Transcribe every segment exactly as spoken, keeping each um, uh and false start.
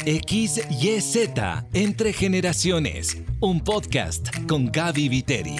X Y Z Entre Generaciones, un podcast con Gaby Viteri.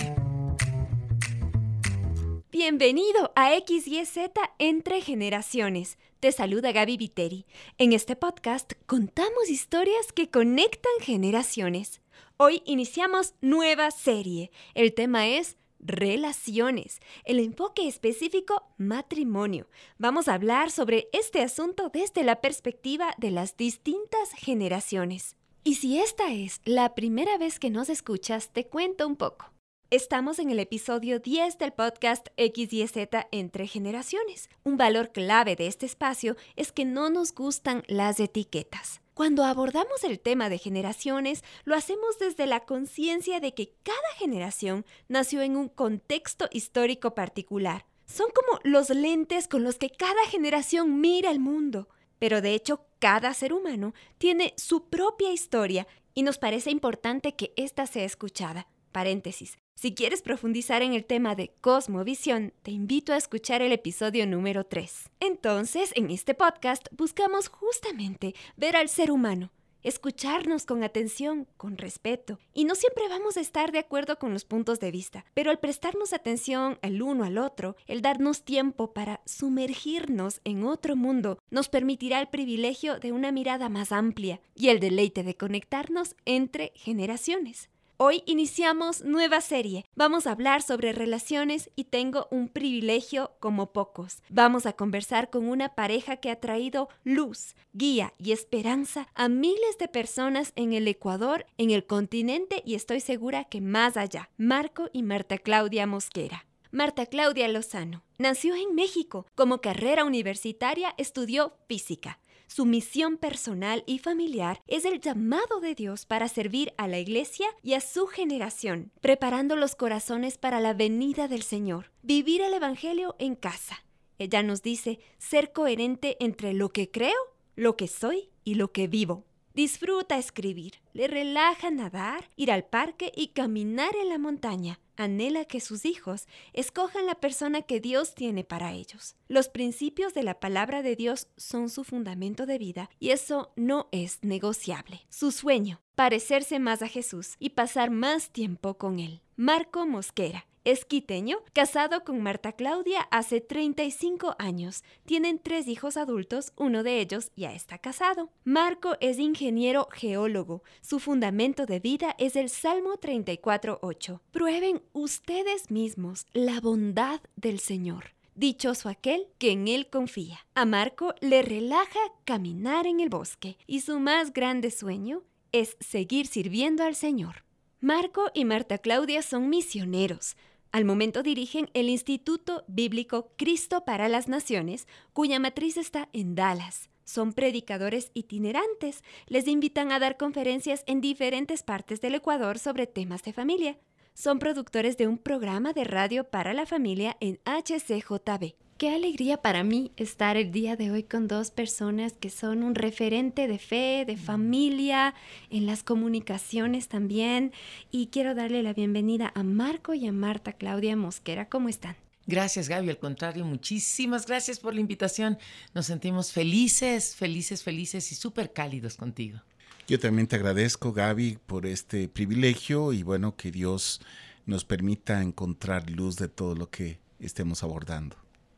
Bienvenido a X Y Z Entre Generaciones. Te saluda Gaby Viteri. En este podcast contamos historias que conectan generaciones. Hoy iniciamos nueva serie. El tema es relaciones. El enfoque específico, matrimonio. Vamos a hablar sobre este asunto desde la perspectiva de las distintas generaciones. Y si esta es la primera vez que nos escuchas, te cuento un poco. Estamos en el episodio diez del podcast X Y Z Entre Generaciones. Un valor clave de este espacio es que no nos gustan las etiquetas. Cuando abordamos el tema de generaciones, lo hacemos desde la conciencia de que cada generación nació en un contexto histórico particular. Son como los lentes con los que cada generación mira el mundo. Pero de hecho, cada ser humano tiene su propia historia y nos parece importante que ésta sea escuchada. Paréntesis. Si quieres profundizar en el tema de cosmovisión, te invito a escuchar el episodio número tres. Entonces, en este podcast buscamos justamente ver al ser humano, escucharnos con atención, con respeto. Y no siempre vamos a estar de acuerdo con los puntos de vista, pero al prestarnos atención al uno al otro, el darnos tiempo para sumergirnos en otro mundo, nos permitirá el privilegio de una mirada más amplia y el deleite de conectarnos entre generaciones. Hoy iniciamos nueva serie. Vamos a hablar sobre relaciones y tengo un privilegio como pocos. Vamos a conversar con una pareja que ha traído luz, guía y esperanza a miles de personas en el Ecuador, en el continente y estoy segura que más allá. Marco y Marta Claudia Mosquera. Marta Claudia Lozano nació en México. Como carrera universitaria estudió física. Su misión personal y familiar es el llamado de Dios para servir a la iglesia y a su generación, preparando los corazones para la venida del Señor. Vivir el evangelio en casa. Ella nos dice ser coherente entre lo que creo, lo que soy y lo que vivo. Disfruta escribir, le relaja nadar, ir al parque y caminar en la montaña. Anhela que sus hijos escojan la persona que Dios tiene para ellos. Los principios de la palabra de Dios son su fundamento de vida y eso no es negociable. Su sueño, parecerse más a Jesús y pasar más tiempo con Él. Marco Mosquera. Es quiteño, casado con Marta Claudia hace treinta y cinco años. Tienen tres hijos adultos, uno de ellos ya está casado. Marco es ingeniero geólogo. Su fundamento de vida es el Salmo treinta y cuatro ocho. Prueben ustedes mismos la bondad del Señor. Dichoso aquel que en él confía. A Marco le relaja caminar en el bosque y su más grande sueño es seguir sirviendo al Señor. Marco y Marta Claudia son misioneros. Al momento dirigen el Instituto Bíblico Cristo para las Naciones, cuya matriz está en Dallas. Son predicadores itinerantes. Les invitan a dar conferencias en diferentes partes del Ecuador sobre temas de familia. Son productores de un programa de radio para la familia en H C J B. Qué alegría para mí estar el día de hoy con dos personas que son un referente de fe, de familia, en las comunicaciones también. Y quiero darle la bienvenida a Marco y a Marta Claudia Mosquera. ¿Cómo están? Gracias, Gaby. Al contrario, muchísimas gracias por la invitación. Nos sentimos felices, felices, felices y súper cálidos contigo. Yo también te agradezco, Gaby, por este privilegio y bueno, que Dios nos permita encontrar luz de todo lo que estemos abordando.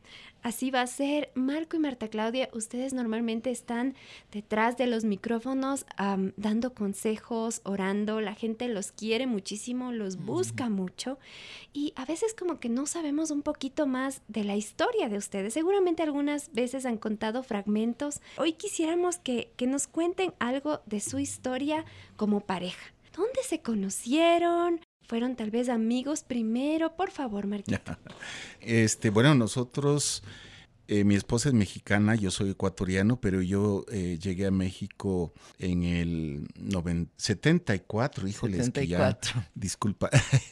Así va a ser. Marco y Marta Claudia, ustedes normalmente están detrás de los micrófonos um, dando consejos, orando. La gente los quiere muchísimo, los busca mm. mucho. Y a veces como que no sabemos un poquito más de la historia de ustedes. Seguramente algunas veces han contado fragmentos. Hoy quisiéramos que, que nos cuenten algo de su historia como pareja. ¿Dónde se conocieron? ¿Fueron tal vez amigos primero? Por favor, Marquito. Este, bueno, nosotros, eh, mi esposa es mexicana, yo soy ecuatoriano, pero yo eh, llegué a México en el noventa, setenta y cuatro, híjoles, setenta y cuatro. Que ya, disculpa,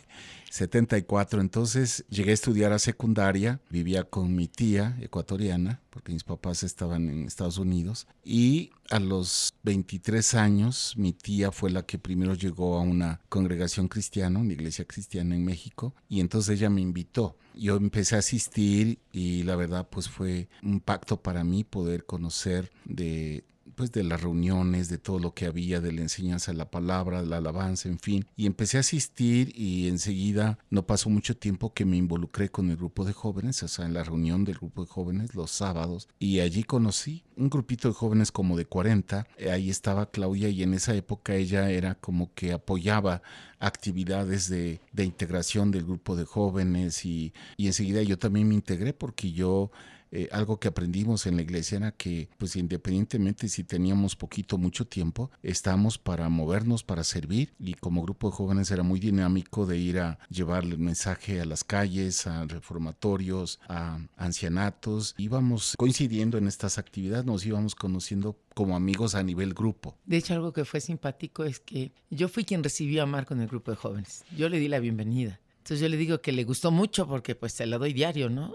setenta y cuatro, entonces llegué a estudiar a secundaria, vivía con mi tía ecuatoriana, porque mis papás estaban en Estados Unidos, y a los veintitrés años mi tía fue la que primero llegó a una congregación cristiana, una iglesia cristiana en México, y entonces ella me invitó. Yo empecé a asistir y la verdad pues fue un pacto para mí poder conocer de pues de las reuniones, de todo lo que había, de la enseñanza de la palabra, de la alabanza, en fin. Y empecé a asistir y enseguida no pasó mucho tiempo que me involucré con el grupo de jóvenes, o sea, en la reunión del grupo de jóvenes los sábados. Y allí conocí un grupito de jóvenes como de cuarenta. Ahí estaba Claudia y en esa época ella era como que apoyaba actividades de, de integración del grupo de jóvenes y, y enseguida yo también me integré porque yo... Eh, algo que aprendimos en la iglesia era que, pues independientemente si teníamos poquito o mucho tiempo, estábamos para movernos, para servir, y como grupo de jóvenes era muy dinámico de ir a llevarle el mensaje a las calles, a reformatorios, a ancianatos. Íbamos coincidiendo en estas actividades, nos íbamos conociendo como amigos a nivel grupo. De hecho, algo que fue simpático es que yo fui quien recibió a Marco en el grupo de jóvenes. Yo le di la bienvenida. Entonces yo le digo que le gustó mucho porque pues se la doy diario, ¿no?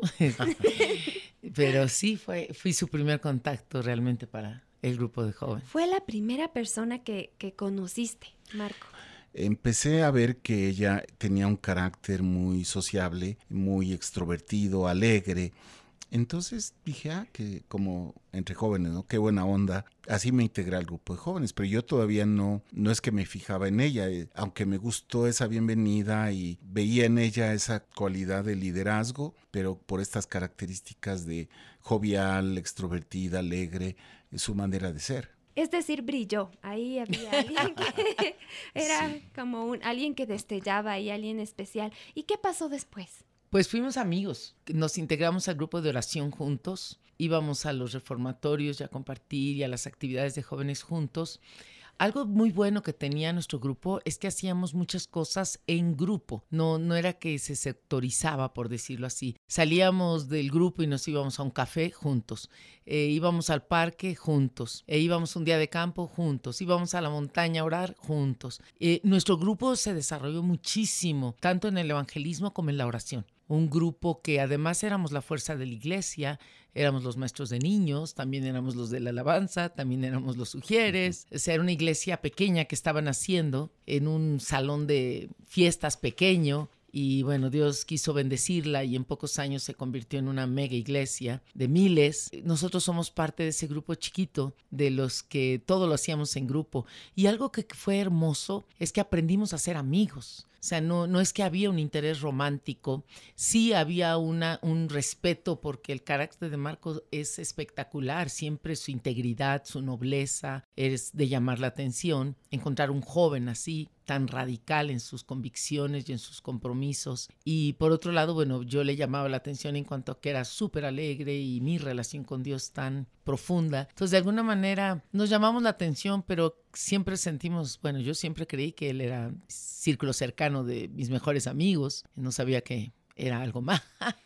Pero sí, fue, fui su primer contacto realmente para el grupo de jóvenes. Fue la primera persona que, que conociste, Marco. Empecé a ver que ella tenía un carácter muy sociable, muy extrovertido, alegre. Entonces dije, ah, que como entre jóvenes, ¿no? Qué buena onda. Así me integré al grupo de jóvenes, pero yo todavía no, no es que me fijaba en ella, eh, aunque me gustó esa bienvenida y veía en ella esa cualidad de liderazgo, pero por estas características de jovial, extrovertida, alegre, su manera de ser. Es decir, brilló. Ahí había alguien que era sí. como un alguien que destellaba y alguien especial. ¿Y qué pasó después? Pues fuimos amigos, nos integramos al grupo de oración juntos, íbamos a los reformatorios y a compartir y a las actividades de jóvenes juntos. Algo muy bueno que tenía nuestro grupo es que hacíamos muchas cosas en grupo, no, no era que se sectorizaba, por decirlo así. Salíamos del grupo y nos íbamos a un café juntos, eh, íbamos al parque juntos, eh, íbamos un día de campo juntos, íbamos a la montaña a orar juntos. Eh, nuestro grupo se desarrolló muchísimo, tanto en el evangelismo como en la oración. Un grupo que además éramos la fuerza de la iglesia, éramos los maestros de niños, también éramos los de la alabanza, también éramos los sugieres. O sea, era una iglesia pequeña que estaban haciendo en un salón de fiestas pequeño. Y bueno, Dios quiso bendecirla y en pocos años se convirtió en una mega iglesia de miles. Nosotros somos parte de ese grupo chiquito de los que todo lo hacíamos en grupo. Y algo que fue hermoso es que aprendimos a ser amigos. O sea, no, no es que había un interés romántico, sí había una, un respeto porque el carácter de Marco es espectacular, siempre su integridad, su nobleza es de llamar la atención. Encontrar un joven así, tan radical en sus convicciones y en sus compromisos. Y por otro lado, bueno, yo le llamaba la atención en cuanto a que era súper alegre y mi relación con Dios tan profunda. Entonces, de alguna manera nos llamamos la atención, pero siempre sentimos, bueno, yo siempre creí que él era círculo cercano de mis mejores amigos. No sabía que era algo más.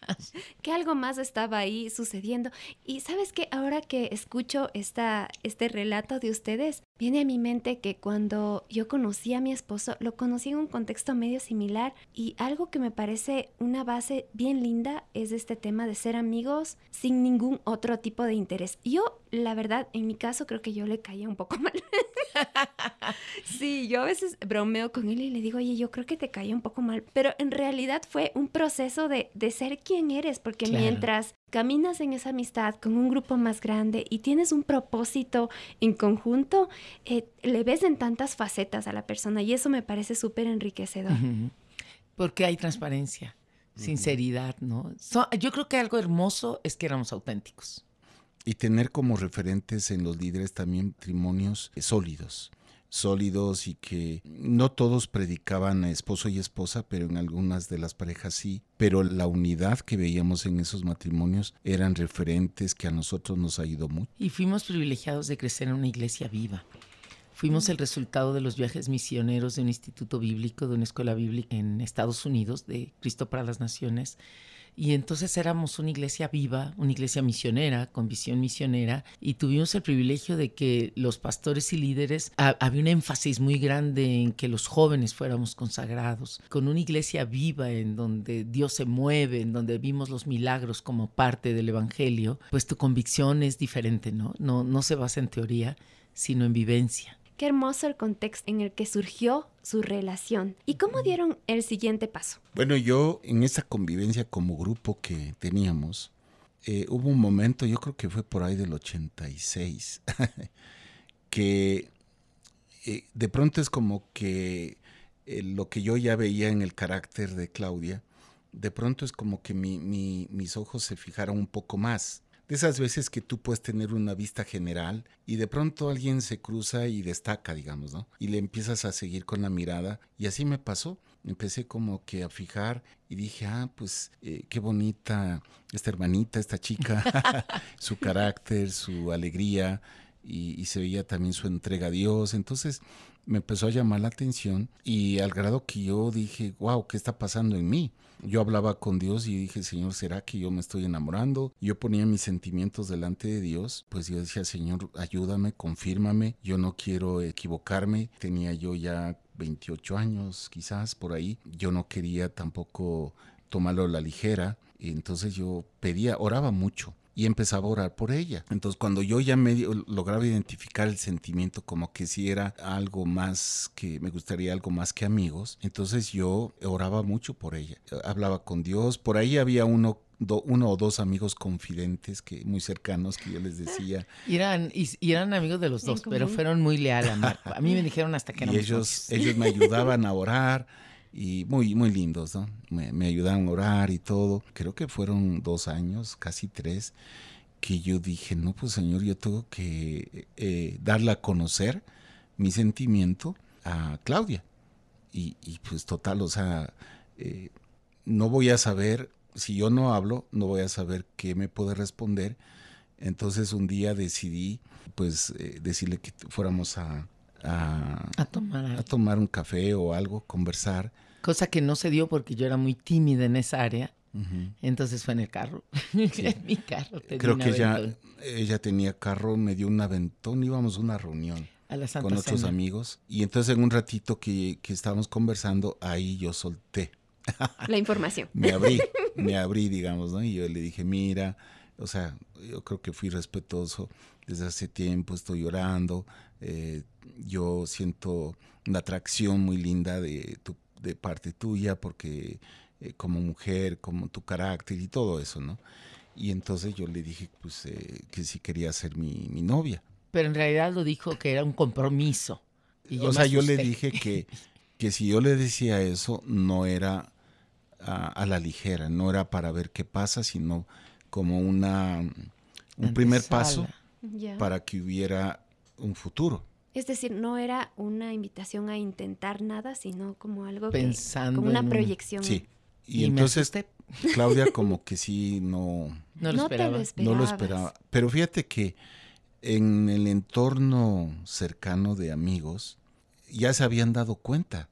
Que algo más estaba ahí sucediendo. Y ¿sabes qué? Ahora que escucho esta, este relato de ustedes, viene a mi mente que cuando yo conocí a mi esposo, lo conocí en un contexto medio similar, y algo que me parece una base bien linda es este tema de ser amigos sin ningún otro tipo de interés. Yo, la verdad, en mi caso creo que yo le caía un poco mal. Sí, yo a veces bromeo con él y le digo, oye, yo creo que te caía un poco mal, pero en realidad fue un proceso de, de ser quien eres, porque claro, mientras caminas en esa amistad con un grupo más grande y tienes un propósito en conjunto, eh, le ves en tantas facetas a la persona y eso me parece súper enriquecedor. Uh-huh. Porque hay transparencia, uh-huh, sinceridad, ¿no? So, yo creo que algo hermoso es que éramos auténticos. Y tener como referentes en los líderes también matrimonios sólidos, sólidos y que no todos predicaban a esposo y esposa, pero en algunas de las parejas sí. Pero la unidad que veíamos en esos matrimonios eran referentes que a nosotros nos ayudó mucho. Y fuimos privilegiados de crecer en una iglesia viva. Fuimos el resultado de los viajes misioneros de un instituto bíblico, de una escuela bíblica en Estados Unidos, de Cristo para las Naciones. Y entonces éramos una iglesia viva, una iglesia misionera, con visión misionera, y tuvimos el privilegio de que los pastores y líderes, a, había un énfasis muy grande en que los jóvenes fuéramos consagrados, con una iglesia viva en donde Dios se mueve, en donde vimos los milagros como parte del evangelio, pues tu convicción es diferente, ¿no? No, no se basa en teoría, sino en vivencia. Qué hermoso el contexto en el que surgió su relación. ¿Y cómo dieron el siguiente paso? Bueno, yo en esa convivencia como grupo que teníamos, eh, hubo un momento, yo creo que fue por ahí del ochenta y seis, porque eh, de pronto es como que eh, lo que yo ya veía en el carácter de Claudia, de pronto es como que mi, mi, mis ojos se fijaron un poco más. De esas veces que tú puedes tener una vista general y de pronto alguien se cruza y destaca, digamos, ¿no? Y le empiezas a seguir con la mirada y así me pasó. Empecé como que a fijar y dije, ah, pues eh, qué bonita esta hermanita, esta chica, su carácter, su alegría y, y se veía también su entrega a Dios. Entonces me empezó a llamar la atención y al grado que yo dije, wow, ¿qué está pasando en mí? Yo hablaba con Dios y dije, Señor, ¿será que yo me estoy enamorando? Yo ponía mis sentimientos delante de Dios, pues yo decía, Señor, ayúdame, confírmame, yo no quiero equivocarme. Tenía yo ya veintiocho años, quizás, por ahí. Yo no quería tampoco tomarlo a la ligera, y entonces yo pedía, oraba mucho. Y empezaba a orar por ella. Entonces, cuando yo ya medio lograba identificar el sentimiento como que si era algo más que, me gustaría algo más que amigos, entonces yo oraba mucho por ella. Hablaba con Dios. Por ahí había uno, do, uno o dos amigos confidentes que muy cercanos que yo les decía. Y eran, y, y eran amigos de los dos, pero fueron muy leales a Marco. A mí me dijeron hasta que eran Y ellos, ellos me ayudaban a orar. Y muy, muy lindos, ¿no? Me, me ayudaron a orar y todo. Creo que fueron dos años, casi tres, que yo dije, no, pues Señor, yo tengo que eh, darle a conocer mi sentimiento a Claudia. Y, y pues total, o sea, eh, no voy a saber, si yo no hablo, no voy a saber qué me puede responder. Entonces un día decidí, pues, eh, decirle que fuéramos a... A, a, tomar a tomar un café o algo, conversar. Cosa que no se dio porque yo era muy tímida en esa área. Uh-huh. Entonces fue en el carro. Sí. En mi carro. Creo que ella, ella tenía carro, me dio un aventón, íbamos a una reunión a la Santa con otros Cena. amigos. Y entonces en un ratito que, que estábamos conversando, ahí yo solté. La información. me abrí, me abrí, digamos, ¿no? Y yo le dije, mira, o sea, yo creo que fui respetuoso. Desde hace tiempo estoy llorando. Eh, yo siento una atracción muy linda de, tu, de parte tuya porque eh, como mujer, como tu carácter y todo eso, ¿no? Y entonces yo le dije pues eh, que sí quería ser mi, mi novia. Pero en realidad lo dijo que era un compromiso. Y yo o sea, yo le dije que, que si yo le decía eso no era a, a la ligera, no era para ver qué pasa, sino como una, un primer paso yeah. para que hubiera un futuro. Es decir, no era una invitación a intentar nada, sino como algo Pensando que, como una en... proyección. Sí. Y, y entonces Claudia como que sí no, no, lo, no, esperaba. te lo esperabas. no lo esperaba. Pero fíjate que en el entorno cercano de amigos ya se habían dado cuenta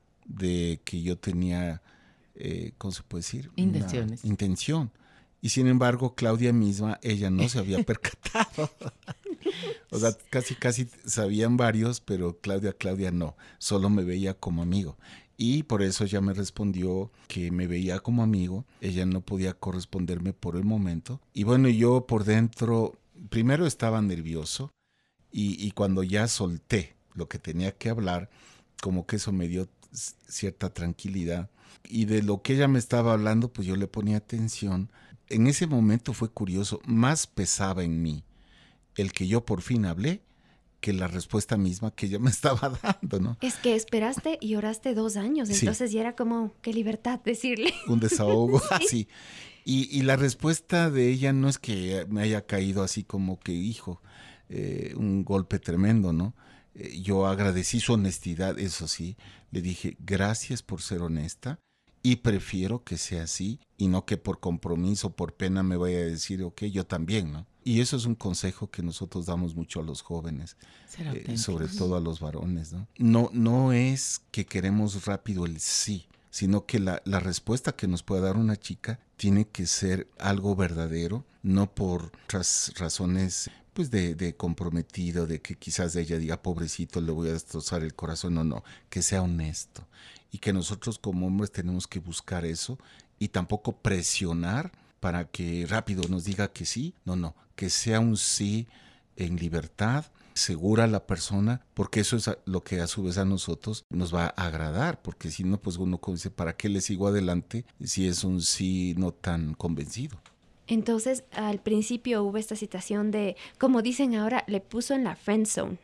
de que yo tenía, eh, ¿cómo se puede decir? Intenciones. Una intención. Y sin embargo, Claudia misma, ella no se había percatado. O sea, casi, casi sabían varios, pero Claudia, Claudia no. Solo me veía como amigo. Y por eso ella me respondió que me veía como amigo. Ella no podía corresponderme por el momento. Y bueno, yo por dentro, primero estaba nervioso. Y, y cuando ya solté lo que tenía que hablar, como que eso me dio cierta tranquilidad. Y de lo que ella me estaba hablando, pues yo le ponía atención. En ese momento fue curioso, más pesaba en mí el que yo por fin hablé que la respuesta misma que ella me estaba dando, ¿no? Es que esperaste y oraste dos años, entonces sí. Ya era como, qué libertad decirle. Un desahogo, sí. así. Y, y la respuesta de ella no es que me haya caído así como que, hijo, eh, un golpe tremendo, ¿no? Eh, yo agradecí su honestidad, eso sí. Le dije, gracias por ser honesta. Y prefiero que sea así y no que por compromiso, por pena me vaya a decir, ok, yo también, ¿no? Y eso es un consejo que nosotros damos mucho a los jóvenes, eh, sobre todo a los varones, ¿no? No, no es que queremos rápido el sí, sino que la, la respuesta que nos pueda dar una chica tiene que ser algo verdadero, no por otras razones pues de, de comprometido, de que quizás ella diga, pobrecito, le voy a destrozar el corazón. No, no, que sea honesto. Y que nosotros como hombres tenemos que buscar eso y tampoco presionar para que rápido nos diga que sí. No, no, que sea un sí en libertad, segura la persona, porque eso es lo que a su vez a nosotros nos va a agradar, porque si no, pues uno dice, ¿para qué le sigo adelante si es un sí no tan convencido? Entonces, al principio hubo esta situación de, como dicen ahora, le puso en la friend zone.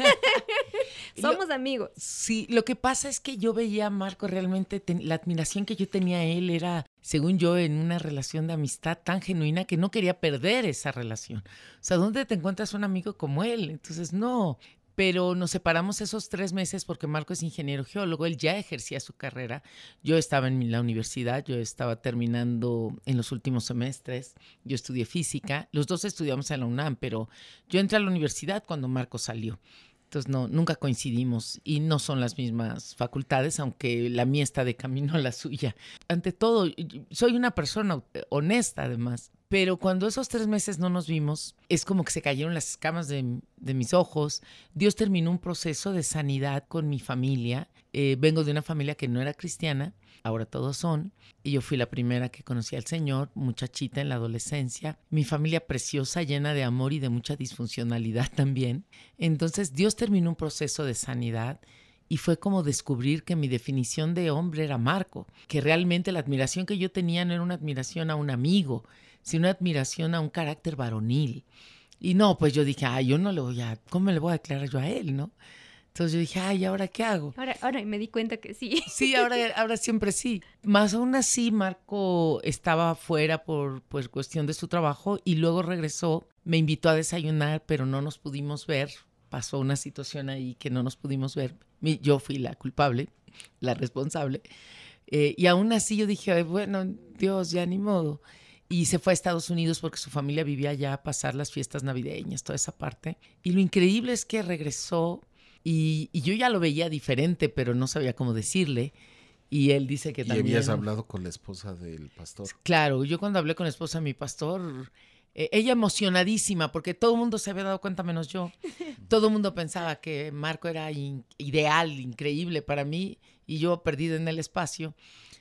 Somos lo, amigos. Sí, lo que pasa es que yo veía a Marco realmente, ten, la admiración que yo tenía a él era, según yo, en una relación de amistad tan genuina que no quería perder esa relación. O sea, ¿dónde te encuentras un amigo como él? Entonces, no. Pero nos separamos esos tres meses porque Marco es ingeniero geólogo, él ya ejercía su carrera. Yo estaba en la universidad, yo estaba terminando en los últimos semestres, yo estudié física, los dos estudiamos en la UNAM, pero yo entré a la universidad cuando Marco salió. Entonces, no, nunca coincidimos y no son las mismas facultades, aunque la mía está de camino a la suya. Ante todo, soy una persona honesta, además. Pero cuando esos tres meses no nos vimos, es como que se cayeron las escamas de, de mis ojos. Dios terminó un proceso de sanidad con mi familia. Eh, vengo de una familia que no era cristiana, ahora todos son. Y yo fui la primera que conocí al Señor, muchachita en la adolescencia. Mi familia preciosa, llena de amor y de mucha disfuncionalidad también. Entonces Dios terminó un proceso de sanidad. Y fue como descubrir que mi definición de hombre era Marco, que realmente la admiración que yo tenía no era una admiración a un amigo, sino una admiración a un carácter varonil. Y no, pues yo dije, ay, yo no le voy a, ¿cómo me le voy a declarar yo a él, no? Entonces yo dije, ay, ¿ahora qué hago? Ahora, ahora me di cuenta que sí. Sí, ahora, ahora siempre sí. Más aún así, Marco estaba fuera por pues, cuestión de su trabajo y luego regresó, me invitó a desayunar, pero no nos pudimos ver. Pasó una situación ahí que no nos pudimos ver. Yo fui la culpable, la responsable. Eh, y aún así yo dije, ay, bueno, Dios, ya ni modo. Y se fue a Estados Unidos porque su familia vivía allá a pasar las fiestas navideñas, toda esa parte. Y lo increíble es que regresó y, y yo ya lo veía diferente, pero no sabía cómo decirle. Y él dice que ¿Y también... ¿Y habías hablado con la esposa del pastor? Claro, yo cuando hablé con la esposa de mi pastor... Eh, ella emocionadísima porque todo el mundo se había dado cuenta menos yo. Todo el mundo pensaba que Marco era in- ideal, increíble para mí y yo perdida en el espacio.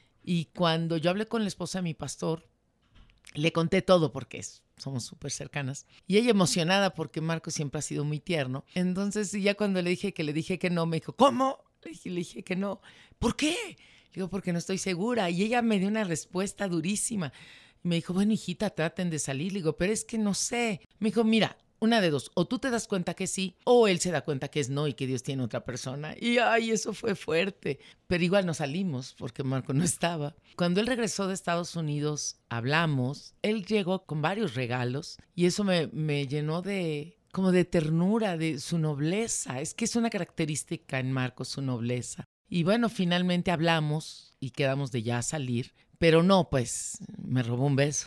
Y cuando yo hablé con la esposa de mi pastor, le conté todo porque es, somos súper cercanas. Y ella emocionada porque Marco siempre ha sido muy tierno. Entonces ya cuando le dije que le dije que no, me dijo, ¿cómo? Le dije, le dije que no. ¿Por qué? Le digo, porque no estoy segura. Y ella me dio una respuesta durísima. Y me dijo, bueno, hijita, traten de salir. Le digo, pero es que no sé. Me dijo, mira, una de dos. O tú te das cuenta que sí, o él se da cuenta que es no y que Dios tiene otra persona. Y, ay, eso fue fuerte. Pero igual nos salimos porque Marco no estaba. Cuando él regresó de Estados Unidos, hablamos. Él llegó con varios regalos y eso me, me llenó de... como de ternura, de su nobleza. Es que es una característica en Marco, su nobleza. Y bueno, finalmente hablamos y quedamos de ya salir. Pero no, pues, me robó un beso.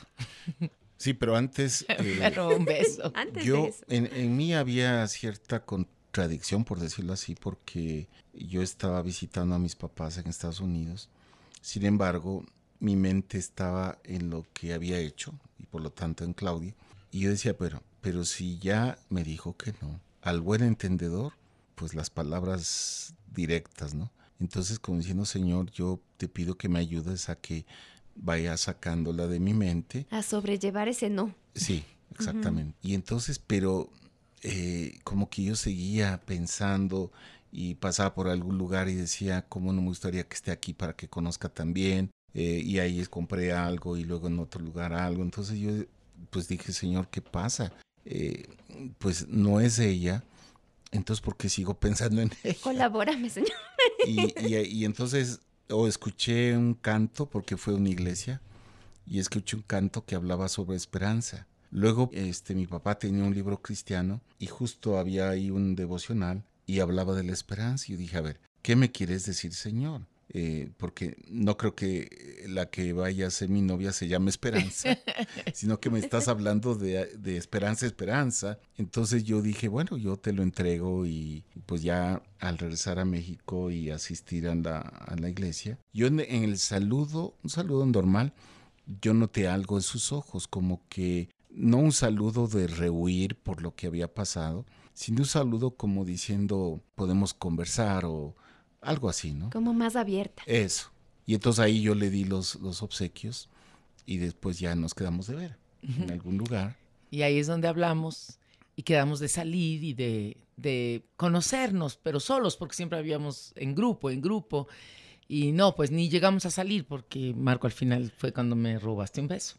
Sí, pero antes... Eh, me robó un beso. Antes yo, de eso. En, en mí había cierta contradicción, por decirlo así, porque yo estaba visitando a mis papás en Estados Unidos. Sin embargo, mi mente estaba en lo que había hecho, y por lo tanto en Claudia. Y yo decía, pero, pero si ya me dijo que no, al buen entendedor, pues las palabras directas, ¿no? Entonces, como diciendo, Señor, yo te pido que me ayudes a que vaya sacándola de mi mente. A sobrellevar ese no. Sí, exactamente. Uh-huh. Y entonces, pero eh, como que yo seguía pensando y pasaba por algún lugar y decía, cómo no me gustaría que esté aquí para que conozca también. Eh, y ahí compré algo y luego en otro lugar algo. Entonces yo pues dije, Señor, ¿qué pasa? Eh, pues no es ella. Entonces, ¿por qué sigo pensando en ella? Colabórame, Señor. Y, y, y entonces, o escuché un canto, porque fue una iglesia, y escuché un canto que hablaba sobre esperanza. Luego, este, mi papá tenía un libro cristiano, y justo había ahí un devocional, y hablaba de la esperanza. Y yo dije, a ver, ¿qué me quieres decir, Señor? Eh, porque no creo que la que vaya a ser mi novia se llame Esperanza, sino que me estás hablando de, de esperanza, esperanza. Entonces yo dije, bueno, yo te lo entrego y pues ya al regresar a México y asistir a la, a la iglesia, yo en, en el saludo, un saludo normal, yo noté algo en sus ojos, como que no un saludo de rehuir por lo que había pasado, sino un saludo como diciendo, podemos conversar o algo así, ¿no? Como más abierta. Eso. Y entonces ahí yo le di los, los obsequios y después ya nos quedamos de ver uh-huh. en algún lugar. Y ahí es donde hablamos y quedamos de salir y de, de conocernos, pero solos, porque siempre habíamos en grupo, en grupo. Y no, pues ni llegamos a salir porque Marco al final fue cuando me robaste un beso.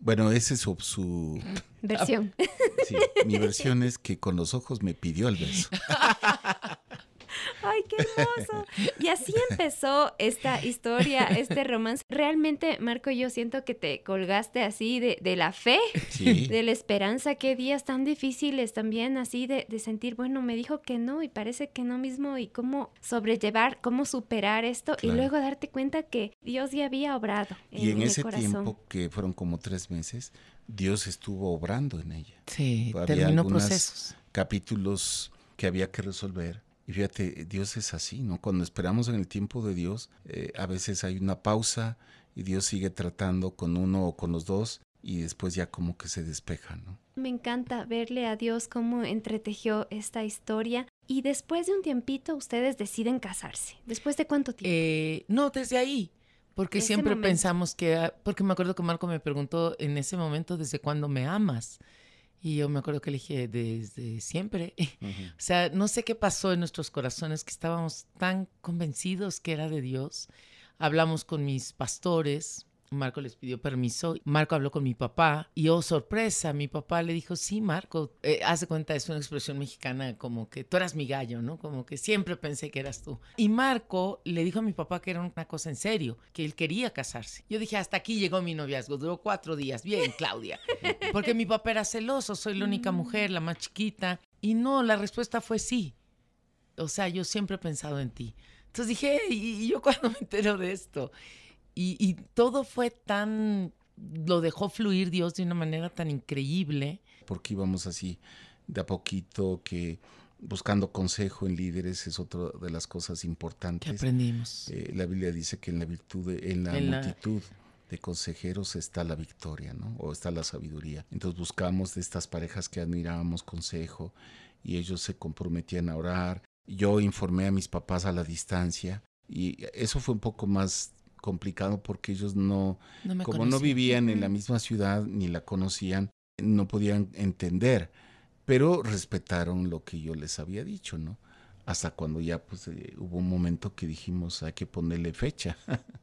Bueno, esa es su, su... versión. Sí, mi versión es que con los ojos me pidió el beso. ¡Ay, qué hermoso! Y así empezó esta historia, este romance. Realmente, Marco, yo siento que te colgaste así de, de la fe, Sí. de la esperanza. Qué días tan difíciles también, así de, de sentir, bueno, me dijo que no y parece que no mismo. Y cómo sobrellevar, cómo superar esto. Claro. Y luego darte cuenta que Dios ya había obrado en, Y en en ese el corazón. tiempo, que fueron como tres meses, Dios estuvo obrando en ella. Sí, Había terminó algunos procesos. capítulos que había que resolver. Y fíjate, Dios es así, ¿no? Cuando esperamos en el tiempo de Dios, eh, a veces hay una pausa y Dios sigue tratando con uno o con los dos y después ya como que se despeja, ¿no? Me encanta verle a Dios cómo entretejió esta historia. Y después de un tiempito, ustedes deciden casarse. ¿Después de cuánto tiempo? Eh, no, desde ahí. Porque Ese siempre momento. pensamos que... Porque me acuerdo que Marco me preguntó en ese momento, ¿desde cuándo me amas? Y yo me acuerdo que le dije, desde siempre. Uh-huh. O sea, no sé qué pasó en nuestros corazones, que estábamos tan convencidos que era de Dios. Hablamos con mis pastores, Marco les pidió permiso, Marco habló con mi papá y, oh, sorpresa, mi papá le dijo, sí, Marco, eh, haz de cuenta, es una expresión mexicana como que tú eras mi gallo, ¿no? Como que siempre pensé que eras tú. Y Marco le dijo a mi papá que era una cosa en serio, que él quería casarse. Yo dije, hasta aquí llegó mi noviazgo, duró cuatro días, bien, Claudia. Porque mi papá era celoso, soy la única mujer, la más chiquita. Y no, la respuesta fue sí. O sea, yo siempre he pensado en ti. Entonces dije, ¿y yo cuándo me entero de esto? Y, y todo fue tan, lo dejó fluir Dios de una manera tan increíble. Porque íbamos así de a poquito, que buscando consejo en líderes es otra de las cosas importantes. Que aprendimos. Eh, la Biblia dice que en la virtud, de, en la En la- multitud de consejeros está la victoria, ¿no? O está la sabiduría. Entonces buscamos de estas parejas que admirábamos consejo y ellos se comprometían a orar. Yo informé a mis papás a la distancia y eso fue un poco más complicado porque ellos no, No me como conocía. no vivían en la misma ciudad ni la conocían, no podían entender, pero respetaron lo que yo les había dicho, ¿no? Hasta cuando ya pues eh, hubo un momento que dijimos hay que ponerle fecha.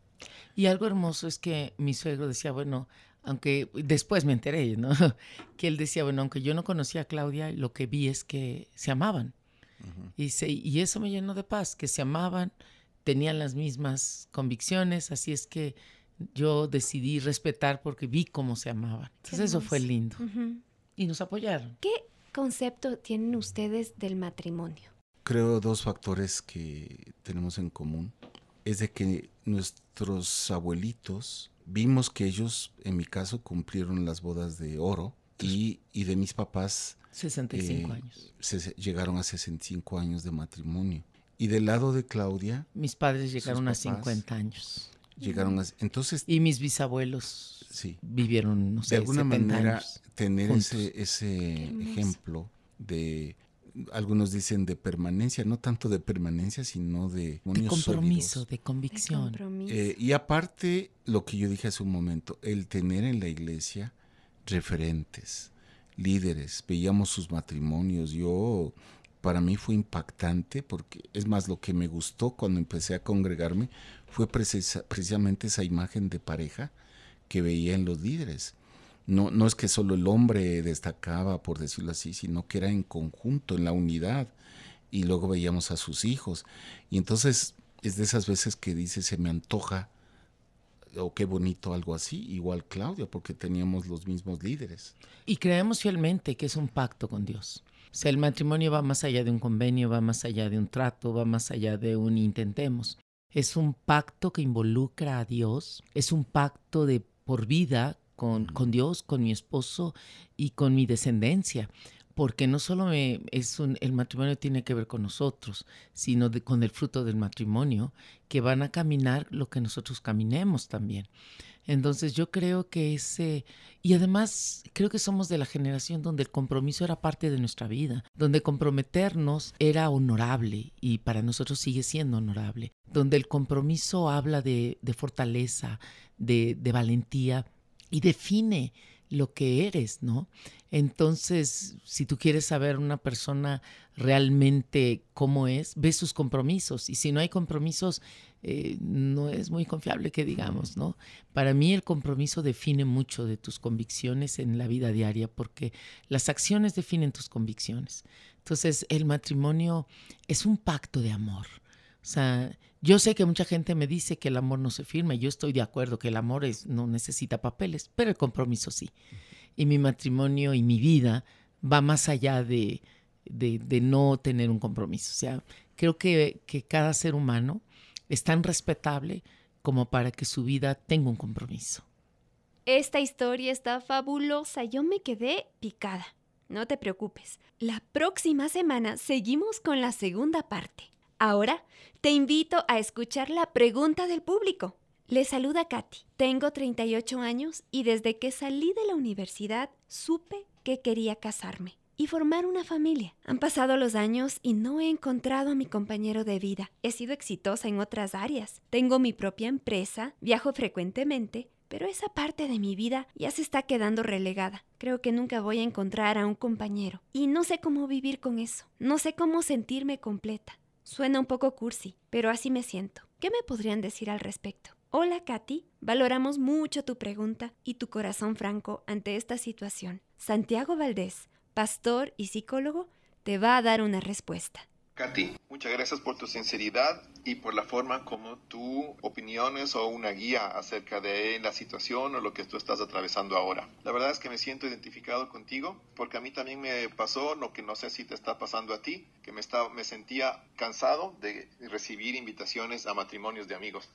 Y algo hermoso es que mi suegro decía, bueno, aunque después me enteré, ¿no? Que él decía, bueno, aunque yo no conocía a Claudia, lo que vi es que se amaban. Uh-huh. Y, se, y eso me llenó de paz, que se amaban, tenían las mismas convicciones, así es que yo decidí respetar porque vi cómo se amaban. Entonces eso fue hermoso. lindo. Ujú. Y nos apoyaron. ¿Qué concepto tienen ustedes del matrimonio? Creo dos factores que tenemos en común. Es de que nuestros abuelitos, vimos que ellos, en mi caso, cumplieron las bodas de oro y, y de mis papás sesenta y cinco eh, años. se, llegaron a sesenta y cinco años de matrimonio. Y del lado de Claudia, Mis padres llegaron a sus papás cincuenta años. llegaron a... Entonces, Y mis bisabuelos sí, vivieron, no sé, de alguna setenta manera, años. tener juntos. ese, ese hermoso. ejemplo de... Algunos dicen de permanencia, no tanto de permanencia, sino de... De matrimonios compromiso, sólidos. de El convicción. compromiso. Eh, y aparte, lo que yo dije hace un momento, el tener en la iglesia referentes, líderes, veíamos sus matrimonios. Yo, para mí fue impactante, porque es más, lo que me gustó cuando empecé a congregarme fue precisa, precisamente esa imagen de pareja que veía en los líderes. No, no es que solo el hombre destacaba, por decirlo así, sino que era en conjunto, en la unidad. Y luego veíamos a sus hijos. Y entonces es de esas veces que dice, se me antoja, o qué bonito algo así, igual Claudia, porque teníamos los mismos líderes. Y creemos fielmente que es un pacto con Dios. O sea, el matrimonio va más allá de un convenio, va más allá de un trato, va más allá de un intentemos. Es un pacto que involucra a Dios, es un pacto de por vida con, con Dios, con mi esposo y con mi descendencia. Porque no solo me, es un, el matrimonio tiene que ver con nosotros, sino de, con el fruto del matrimonio, que van a caminar lo que nosotros caminemos también. Entonces yo creo que ese... Y además creo que somos de la generación donde el compromiso era parte de nuestra vida, donde comprometernos era honorable y para nosotros sigue siendo honorable, donde el compromiso habla de, de fortaleza, de, de valentía y define lo que eres, ¿no? Entonces, si tú quieres saber una persona realmente cómo es, ve sus compromisos. Y si no hay compromisos, eh, no es muy confiable que digamos, ¿no? Para mí el compromiso define mucho de tus convicciones en la vida diaria, porque las acciones definen tus convicciones. Entonces, el matrimonio es un pacto de amor. O sea, yo sé que mucha gente me dice que el amor no se firma, y yo estoy de acuerdo que el amor es, no necesita papeles, pero el compromiso sí. Y mi matrimonio y mi vida va más allá de, de, de no tener un compromiso. O sea, creo que, que cada ser humano es tan respetable como para que su vida tenga un compromiso. Esta historia está fabulosa. Yo me quedé picada. No te preocupes. La próxima semana seguimos con la segunda parte. Ahora te invito a escuchar la pregunta del público. Le saluda Katy. Tengo treinta y ocho años y desde que salí de la universidad supe que quería casarme y formar una familia. Han pasado los años y no he encontrado a mi compañero de vida. He sido exitosa en otras áreas. Tengo mi propia empresa, viajo frecuentemente, pero esa parte de mi vida ya se está quedando relegada. Creo que nunca voy a encontrar a un compañero y no sé cómo vivir con eso. No sé cómo sentirme completa. Suena un poco cursi, pero así me siento. ¿Qué me podrían decir al respecto? Hola, Katy. Valoramos mucho tu pregunta y tu corazón franco ante esta situación. Santiago Valdés, pastor y psicólogo, te va a dar una respuesta. Katy, muchas gracias por tu sinceridad y por la forma como tu opiniones o una guía acerca de la situación o lo que tú estás atravesando ahora. La verdad es que me siento identificado contigo porque a mí también me pasó lo que no sé si te está pasando a ti, que me, estaba, me sentía cansado de recibir invitaciones a matrimonios de amigos.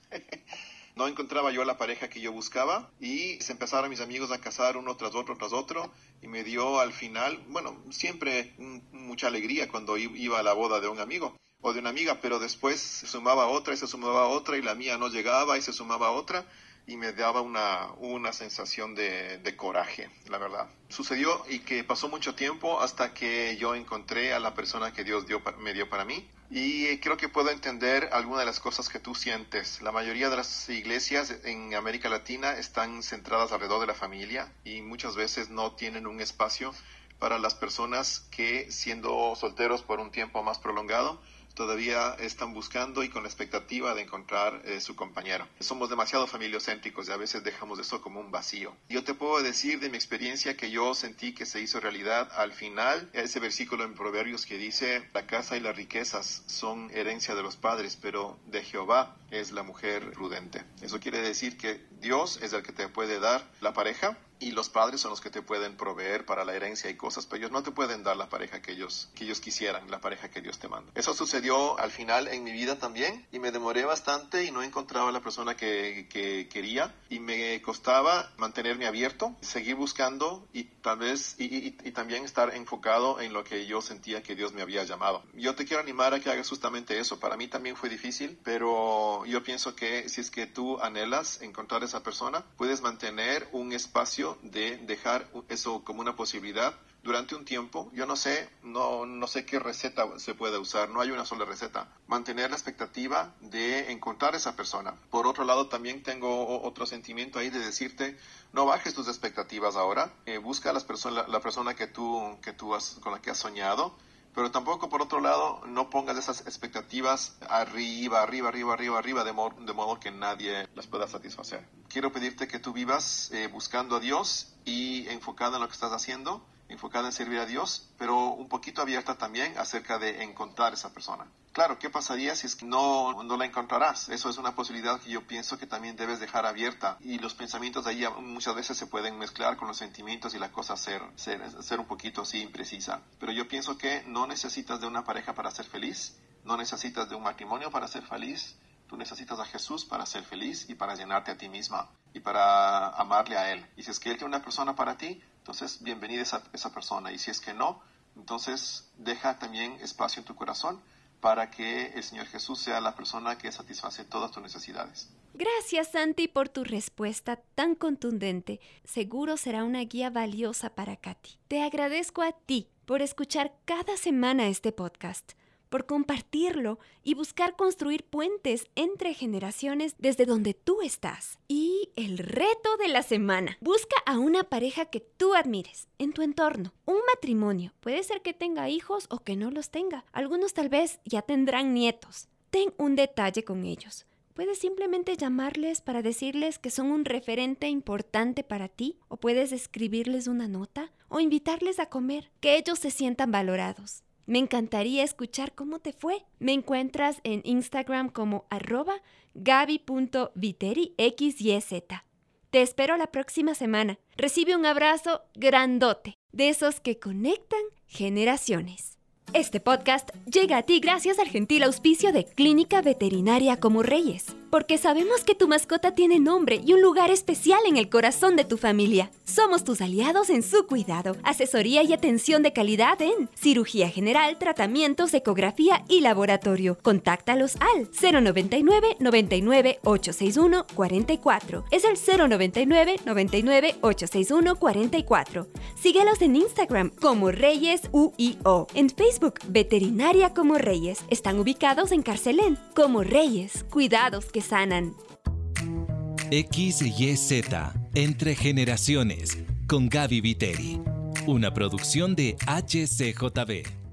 No encontraba yo la pareja que yo buscaba y se empezaron mis amigos a casar uno tras otro, tras otro y me dio al final, bueno, siempre mucha alegría cuando iba a la boda de un amigo o de una amiga, pero después se sumaba otra y se sumaba otra y la mía no llegaba y se sumaba otra y me daba una, una sensación de, de coraje, la verdad. Sucedió y que pasó mucho tiempo hasta que yo encontré a la persona que Dios dio, me dio para mí. Y creo que puedo entender algunas de las cosas que tú sientes. La mayoría de las iglesias en América Latina están centradas alrededor de la familia y muchas veces no tienen un espacio para las personas que, siendo solteros por un tiempo más prolongado, todavía están buscando y con la expectativa de encontrar eh, su compañero. Somos demasiado familiocéntricos y a veces dejamos eso como un vacío. Yo te puedo decir de mi experiencia que yo sentí que se hizo realidad al final ese versículo en Proverbios que dice: la casa y las riquezas son herencia de los padres, pero de Jehová es la mujer prudente. Eso quiere decir que Dios es el que te puede dar la pareja y los padres son los que te pueden proveer para la herencia y cosas, pero ellos no te pueden dar la pareja que ellos, que ellos quisieran, la pareja que Dios te manda. Eso sucedió al final en mi vida también y me demoré bastante y no encontraba la persona que, que quería y me costaba mantenerme abierto, seguir buscando y tal vez y, y, y también estar enfocado en lo que yo sentía que Dios me había llamado. Yo te quiero animar a que hagas justamente eso. Para mí también fue difícil, pero yo pienso que si es que tú anhelas encontrar esa persona, puedes mantener un espacio de dejar eso como una posibilidad durante un tiempo. Yo no sé, no, no sé qué receta se puede usar, no hay una sola receta. Mantener la expectativa de encontrar esa persona. Por otro lado, también tengo otro sentimiento ahí de decirte, no bajes tus expectativas ahora, eh, busca a las perso- la, la persona que tú, que tú has, con la que has soñado, pero tampoco, por otro lado, no pongas esas expectativas arriba, arriba, arriba, arriba, arriba, de, mo- de modo que nadie las pueda satisfacer. Quiero pedirte que tú vivas eh, buscando a Dios y enfocado en lo que estás haciendo, enfocada en servir a Dios, pero un poquito abierta también acerca de encontrar esa persona. Claro, ¿qué pasaría si es que no, no la encontrarás? Eso es una posibilidad que yo pienso que también debes dejar abierta y los pensamientos de ahí muchas veces se pueden mezclar con los sentimientos y la cosa ser, ser, ser un poquito así imprecisa. Pero yo pienso que no necesitas de una pareja para ser feliz, no necesitas de un matrimonio para ser feliz. Tú necesitas a Jesús para ser feliz y para llenarte a ti misma y para amarle a Él. Y si es que Él tiene una persona para ti, entonces bienvenida esa, esa persona. Y si es que no, entonces deja también espacio en tu corazón para que el Señor Jesús sea la persona que satisface todas tus necesidades. Gracias, Santi, por tu respuesta tan contundente. Seguro será una guía valiosa para Katy. Te agradezco a ti por escuchar cada semana este podcast, por compartirlo y buscar construir puentes entre generaciones desde donde tú estás. Y el reto de la semana. Busca a una pareja que tú admires en tu entorno. Un matrimonio. Puede ser que tenga hijos o que no los tenga. Algunos tal vez ya tendrán nietos. Ten un detalle con ellos. Puedes simplemente llamarles para decirles que son un referente importante para ti, o puedes escribirles una nota o invitarles a comer, que ellos se sientan valorados. Me encantaría escuchar cómo te fue. Me encuentras en Instagram como arroba gaby punto viteri equis y zeta. Te espero la próxima semana. Recibe un abrazo grandote, de esos que conectan generaciones. Este podcast llega a ti gracias al gentil auspicio de Clínica Veterinaria Como Reyes, porque sabemos que tu mascota tiene nombre y un lugar especial en el corazón de tu familia. Somos tus aliados en su cuidado, asesoría y atención de calidad en cirugía general, tratamientos, ecografía y laboratorio. Contáctalos al cero noventa y nueve, noventa y nueve, ochocientos sesenta y uno, cuarenta y cuatro. Es el cero noventa y nueve, noventa y nueve, ochocientos sesenta y uno, cuarenta y cuatro. Síguelos en Instagram como Reyes U I O. En Facebook, Veterinaria Como Reyes. Están ubicados en Carcelén. Como Reyes, cuidados que sanan. X Y Z, Entre Generaciones, con Gaby Viteri. Una producción de H C J B.